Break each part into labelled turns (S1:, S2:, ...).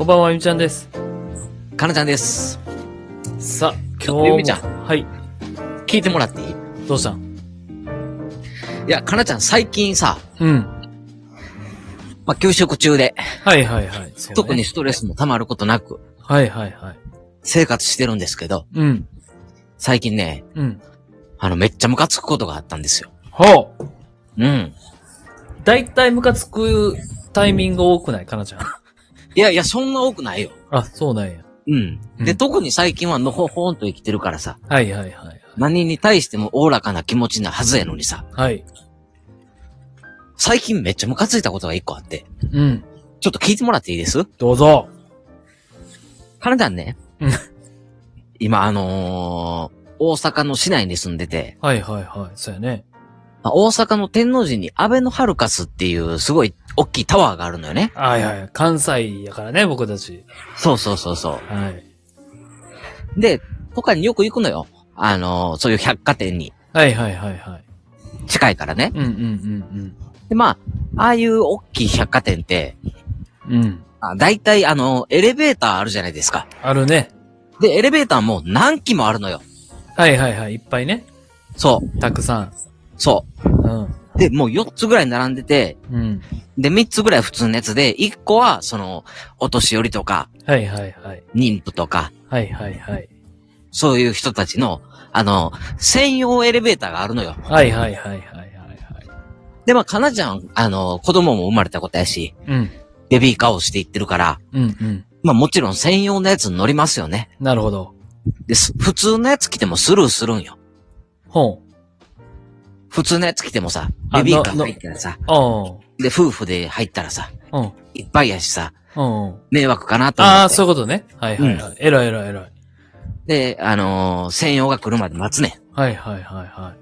S1: こんばんは、ゆみちゃんです。
S2: かなちゃんです。
S1: さあ、今日も。
S2: ゆみちゃん。
S1: はい。
S2: 聞いてもらっていい？
S1: どうしたん？
S2: いや、かなちゃん最近さ、
S1: うん。
S2: まあ、休職中で、
S1: はいはいはい。そうね、
S2: 特にストレスも溜まることなく、
S1: はいはいはい。
S2: 生活してるんですけど、
S1: うん。
S2: 最近ね、
S1: うん。
S2: めっちゃムカつくことがあったんですよ。
S1: ほう。
S2: うん。
S1: だいたいムカつくタイミング多くない？かなちゃん。
S2: いやいや、そんな多くないよ。
S1: あ、そうなんや。
S2: うん。で、特に最近はのほほんと生きてるからさ、
S1: はいはいはい。
S2: 何に対してもおおらかな気持ちなはずやのにさ、
S1: はい。
S2: 最近めっちゃムカついたことが一個あって、
S1: うん。
S2: ちょっと聞いてもらっていいです？
S1: どうぞ。
S2: かなちゃんね、
S1: うん。
S2: 今大阪の市内に住んでて、
S1: はいはいはい。そうやね。
S2: 大阪の天王寺にアベノハルカスっていうすごい大きいタワーがあるのよね。
S1: はいはい。関西やからね、僕たち。
S2: そうそうそうそ
S1: はい。
S2: う。で、とかによく行くのよ。そういう百貨店に。
S1: はいはいはいはい。
S2: 近いからね。
S1: うんうんうん
S2: で、まあ、ああいう大きい百貨店って、
S1: うん。うん。
S2: だいたいエレベーターあるじゃないですか。
S1: あるね。
S2: で、エレベーターも何機もあるのよ。
S1: はいはいはい。いっぱいね。
S2: そ
S1: たくさん。
S2: そ
S1: うん。
S2: う。で、もう4つぐらい並んでて、
S1: うん。
S2: で、3つぐらい普通のやつで、1個は、お年寄りとか、
S1: はいはいはい。
S2: 妊婦とか、
S1: はいはいはい。
S2: そういう人たちの、専用エレベーターがあるのよ。
S1: はいはいはいはいはいはい。
S2: で、まあ、かなちゃん、子供も生まれたことやし、
S1: うん。
S2: ベビーカーをしていってるから、
S1: うんうん。
S2: まあ、もちろん専用のやつに乗りますよね。
S1: なるほど。
S2: で、普通のやつ来てもスルーするんよ。
S1: ほう。
S2: 普通のやつ来てもさ、ベビーカー入ったらさ、で、夫婦で入ったらさ、いっぱいやしさ、迷惑かなと思って。
S1: ああ、そういうことね。はいはいはい。えらいえらいえらい。
S2: で、専用が来るまで待つねん。
S1: はいはいはいはい。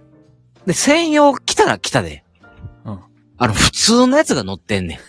S2: で、専用来たら来たで。
S1: うん。
S2: 普通のやつが乗ってんねん。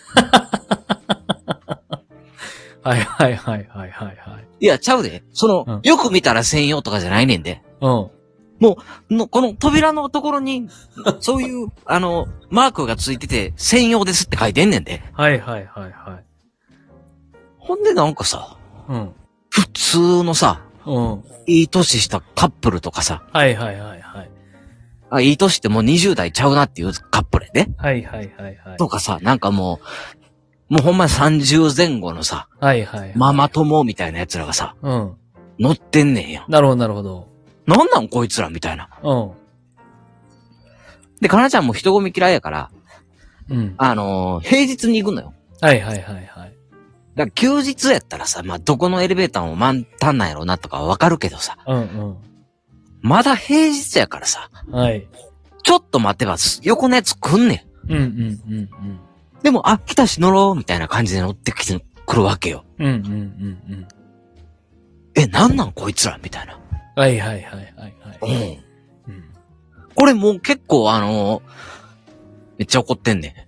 S1: はいはいはいはいはいはい。
S2: いや、ちゃうで。よく見たら専用とかじゃないねんで。
S1: うん。
S2: もう、この扉のところに、そういう、マークがついてて、専用ですって書いてんねんで。
S1: はいはいはいはい。
S2: ほんでなんかさ、
S1: うん。
S2: 普通のさ、
S1: うん。
S2: いい年したカップルとかさ、
S1: はいはいはいはい。
S2: いい年ってもう20代ちゃうなっていうカップルやで。
S1: はいはいはいはい。
S2: とかさ、なんかもうほんまに30前後のさ、
S1: はいはい。
S2: ママ友みたいな奴らがさ、
S1: うん。
S2: 乗ってんねんよ。
S1: なるほどなるほど。
S2: なんなんこいつらみたいな。
S1: うん。
S2: で、かなちゃんも人混み嫌いやから、
S1: うん。
S2: 平日に行くのよ。
S1: はいはいはいはい。
S2: だから休日やったらさ、まあ、どこのエレベーターも満タンなんやろうなとかはわかるけどさ、
S1: うんうん。
S2: まだ平日やからさ、
S1: はい。
S2: ちょっと待てば横のやつ来んね
S1: うんうんうんうん。
S2: でも、来たし乗ろうみたいな感じで乗ってきてくるわけよ。
S1: うんうんうん
S2: うん。なんなんこいつらみたいな。
S1: はいはいはいはいはい。
S2: うん。これもう結構めっちゃ怒ってんねん。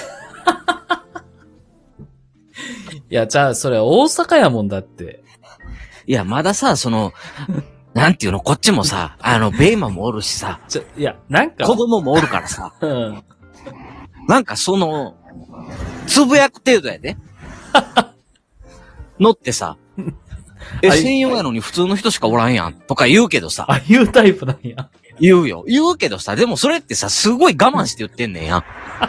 S1: いや、じゃあ、それ大阪やもんだって。
S2: いや、まださ、なんていうの、こっちもさ、ベイマもおるしさ、
S1: いや、なんか。
S2: 子供もおるからさ、
S1: うん。
S2: なんかつぶやく程度やで。乗ってさ、専用やのに普通の人しかおらんやん、とか言うけどさ。
S1: あ、言うタイプなんや。
S2: 言うよ。言うけどさ、でもそれってさ、すごい我慢して言ってんねんや。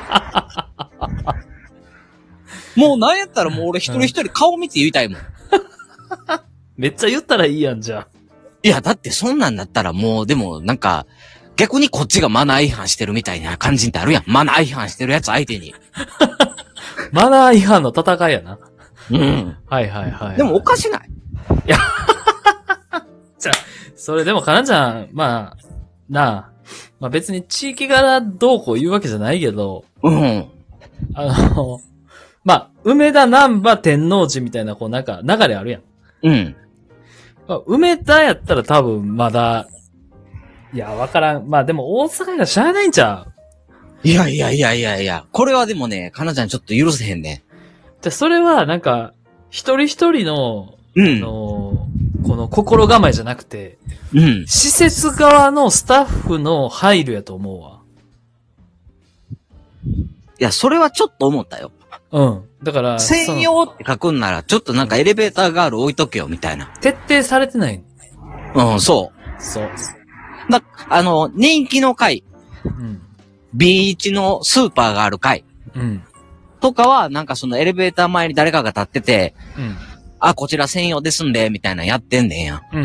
S2: もうなんやったらもう俺一人一人顔見て言いたいもん。
S1: めっちゃ言ったらいいやん、じゃあ。
S2: いや、だってそんなんだったらもう、でもなんか、逆にこっちがマナー違反してるみたいな感じってあるやん。マナー違反してるやつ相手に。
S1: マナー違反の戦いやな。
S2: うん。
S1: はいはいはい。
S2: でもおかしない？
S1: いや、じゃあ、それでもかなちゃん、まあ別に地域柄どうこう言うわけじゃないけど、
S2: うん。
S1: 梅田難波天王寺みたいな、こうなんか流れあるやん。
S2: うん。
S1: 梅田やったら多分まだ、いや、わからん。まあでも大阪がしゃあないんちゃう？
S2: いや。これはでもね、かなちゃんちょっと許せへんね。
S1: じゃ、それはなんか、一人一人の、
S2: うん。
S1: この心構えじゃなくて、
S2: うん。
S1: 施設側のスタッフの配慮やと思うわ。
S2: いや、それはちょっと思ったよ。
S1: うん。だから、
S2: 専用って書くんなら、ちょっとなんかエレベーターガール置いとけよ、みたいな。
S1: 徹底されてない。
S2: うん、そう。
S1: そう。
S2: 人気の回。
S1: うん。
S2: B1 のスーパーがある回。
S1: うん。
S2: とかは、なんかそのエレベーター前に誰かが立ってて、
S1: うん。
S2: あ、こちら専用ですんで、みたいなのやってんねんや。
S1: うんうんうん。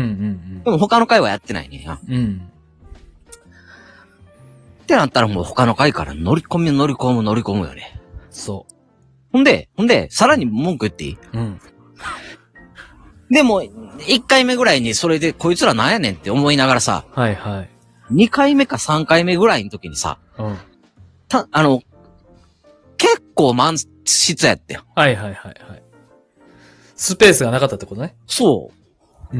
S2: でも他の回はやってないねんや。
S1: うん。
S2: ってなったらもう他の回から乗り込むよね。
S1: そう。
S2: ほんで、さらに文句言っていい？
S1: うん。
S2: でも、1回目ぐらいにそれでこいつらなんやねんって思いながらさ、
S1: はいはい。
S2: 2回目か3回目ぐらいの時にさ、
S1: うん。
S2: 結構満室やったよ。
S1: はいはいはいはい。スペースがなかったってことね。
S2: そう。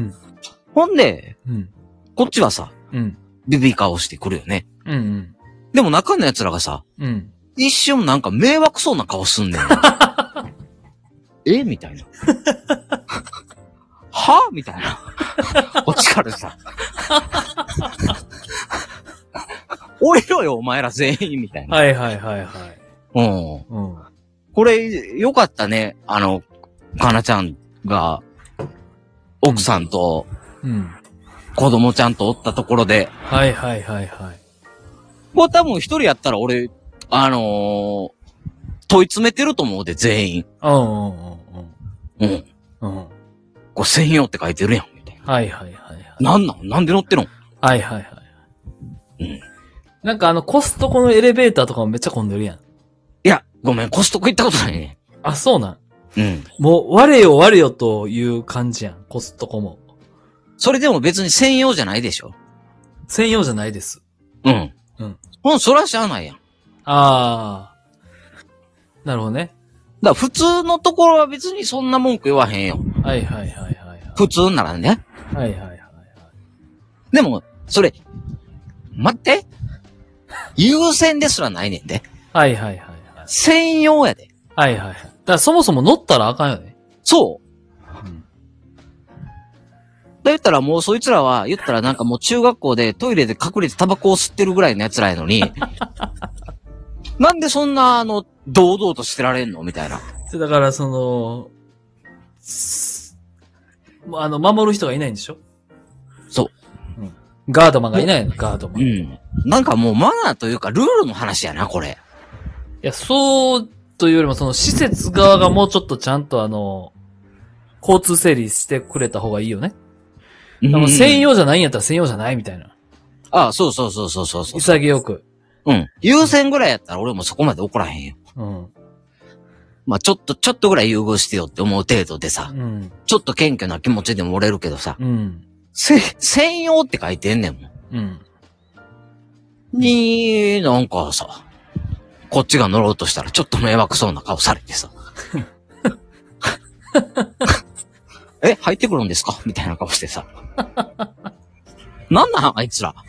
S1: うん。
S2: ほんで、
S1: うん。
S2: こっちはさ、
S1: うん。
S2: ビビ顔してくるよね。
S1: うんうん。で
S2: でも中の奴らがさ、
S1: うん。
S2: 一瞬なんか迷惑そうな顔すんねん。えみたいな。はみたいな。こっちからさ。おいろよ、お前ら全員、みたいな。
S1: はいはいはいはい。
S2: うん。
S1: うん。
S2: これ、よかったね。かなちゃんが、奥さんと、
S1: うん。
S2: 子供ちゃんとおったところで。
S1: はいはいはいはい。
S2: これ多分一人やったら俺、問い詰めてると思うで、全員。
S1: うんうんうんうん。
S2: うん。
S1: うん。
S2: これ専用って書いてるやん、みたいな。
S1: はいはいはいはい。
S2: なんで乗ってるの？
S1: はいはいはい。
S2: うん。
S1: なんかコストコのエレベーターとかもめっちゃ混んでるやん。
S2: いや、ごめん、コストコ行ったことないね。
S1: あ、そうなん。
S2: うん。
S1: もう、我よという感じやん、コストコも。
S2: それでも別に専用じゃないでしょ？
S1: 専用じゃないです。
S2: うん。
S1: うん。
S2: そらしゃあないやん。
S1: あー。なるほどね。
S2: だから普通のところは別にそんな文句言わへんよ。
S1: はいはいはいはい、はい。
S2: 普通ならね。
S1: はいはいはいはい。
S2: でも、それ、待って。優先ですらないねんで。
S1: はいはいはいはい。
S2: 専用やで。
S1: はいはいはい。だからそもそも乗ったらあかんよね。
S2: そう。
S1: うん。
S2: だ言ったらもうそいつらは、言ったらなんかもう中学校でトイレで隠れてタバコを吸ってるぐらいの奴らやのに、なんでそんな堂々としてられんのみたいな。
S1: だから守る人がいないんでしょ？
S2: そう。
S1: うん。ガードマンがいないの、ガードマン。
S2: うん。なんかもうマナーというかルールの話やな、これ。
S1: いや、そうというよりも施設側がもうちょっとちゃんと交通整理してくれた方がいいよね。専用じゃないんやったら専用じゃないみたいな。
S2: ああ、そうそうそうそうそうそう。
S1: 潔く。
S2: うん。優先ぐらいやったら俺もそこまで怒らへんよ。
S1: うん。
S2: まあちょっとぐらい優遇してよって思う程度でさ。
S1: うん。
S2: ちょっと謙虚な気持ちでも折れるけどさ。
S1: うん。
S2: 専用って書いてんねんもん。
S1: うん。
S2: なんかさ、こっちが乗ろうとしたらちょっと迷惑そうな顔されてさ。入ってくるんですかみたいな顔してさ。なんなんあいつら。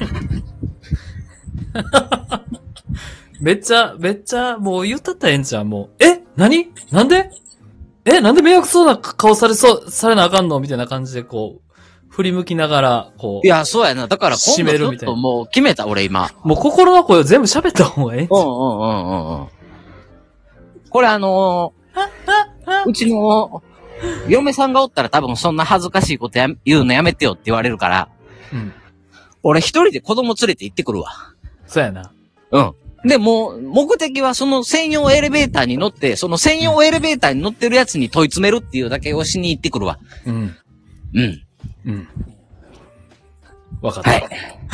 S1: めっちゃ、もう言ったったらええんちゃうもう。何なんでなんで迷惑そうな顔されなあかんのみたいな感じで振り向きながら、
S2: いや、そうやな。だから今度ちょっともう決めた、俺今。
S1: もう心の声を全部喋った方がええんちゃう？
S2: うん。これうちの嫁さんがおったら多分そんな恥ずかしいこと言うのやめてよって言われるから、
S1: うん。
S2: 俺一人で子供連れて行ってくるわ。
S1: そうやな。
S2: うん。で、もう、目的はその専用エレベーターに乗って、その専用エレベーターに乗ってるやつに問い詰めるっていうだけをしに行ってくるわ。
S1: うん。
S2: うん。
S1: うん。わかった。
S2: はい。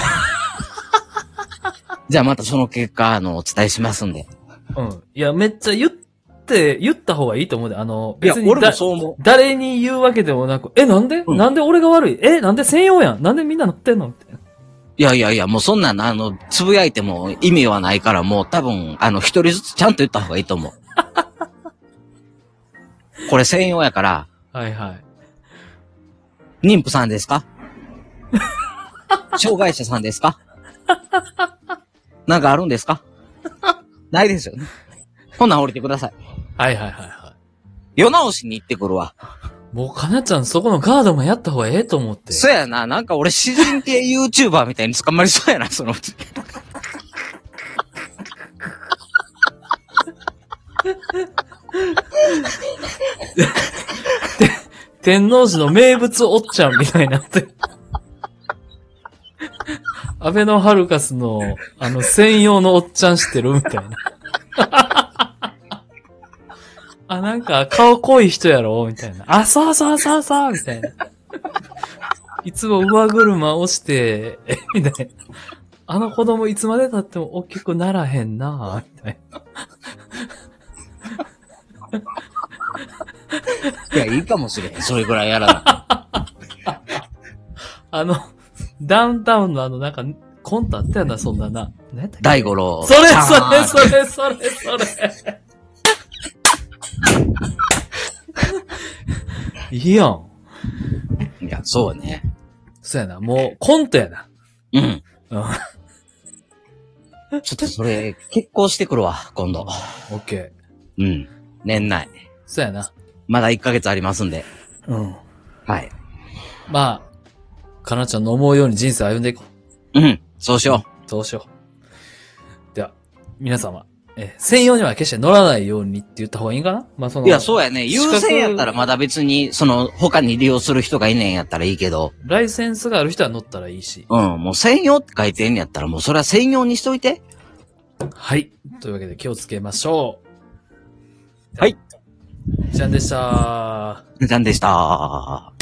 S2: じゃあまたその結果、お伝えしますんで。
S1: うん。いや、めっちゃ言った方がいいと思うで。別に。
S2: いや、俺もそう思う。
S1: 誰に言うわけでもなく、なんで、うん、なんで俺が悪いなんで専用やんなんでみんな乗ってんのみたいな。
S2: いや、もうそんなつぶやいても意味はないから、もう多分、一人ずつちゃんと言った方がいいと思う。これ専用やから。
S1: はいはい。
S2: 妊婦さんですか？障害者さんですか？なんかあるんですか？ないですよね。ほんなん降りてください。
S1: はい。
S2: 世直しに行ってくるわ。
S1: もうかなちゃんそこのガードもやった方がええと思って。
S2: そうやな。なんか俺詩人系 YouTuber みたいに捕まりそうやな、そのうち。
S1: 天王寺の名物おっちゃんみたいになって。アベノハルカスの、専用のおっちゃん知ってるみたいな。あ、なんか、顔濃い人やろみたいな。あ、そうそうそうそうみたいな。いつも上車押して、みたいな。あの子供いつまで経っても大きくならへんなみたいな。
S2: いや、いいかもしれへん。それぐらいやらな。
S1: ダウンタウンのなんか、コントあったよな、そんなな。何やったっけ
S2: 大五郎。
S1: それそれいいやん。
S2: いや、そうね。
S1: そうやな、もう、コントやな。
S2: うん。ちょっとそれ、結婚してくるわ、今度。
S1: オッケ
S2: ー。うん。年内。
S1: そうやな。
S2: まだ1ヶ月ありますんで。
S1: うん。
S2: はい。
S1: まあ、かなちゃんの思うように人生歩んでいこ
S2: う。うん。そうしよ
S1: う。そうしよう。では、皆様、専用には決して乗らないようにって言った方がいいんかな？まあ、
S2: いや、そうやね。優先やったらまだ別に、他に利用する人がいねんやったらいいけど。
S1: ライセンスがある人は乗ったらいいし。
S2: うん、もう専用って書いてんやったらもうそれは専用にしといて。
S1: はい。というわけで気をつけましょう。
S2: はい。
S1: じゃんでした。
S2: じゃんでした。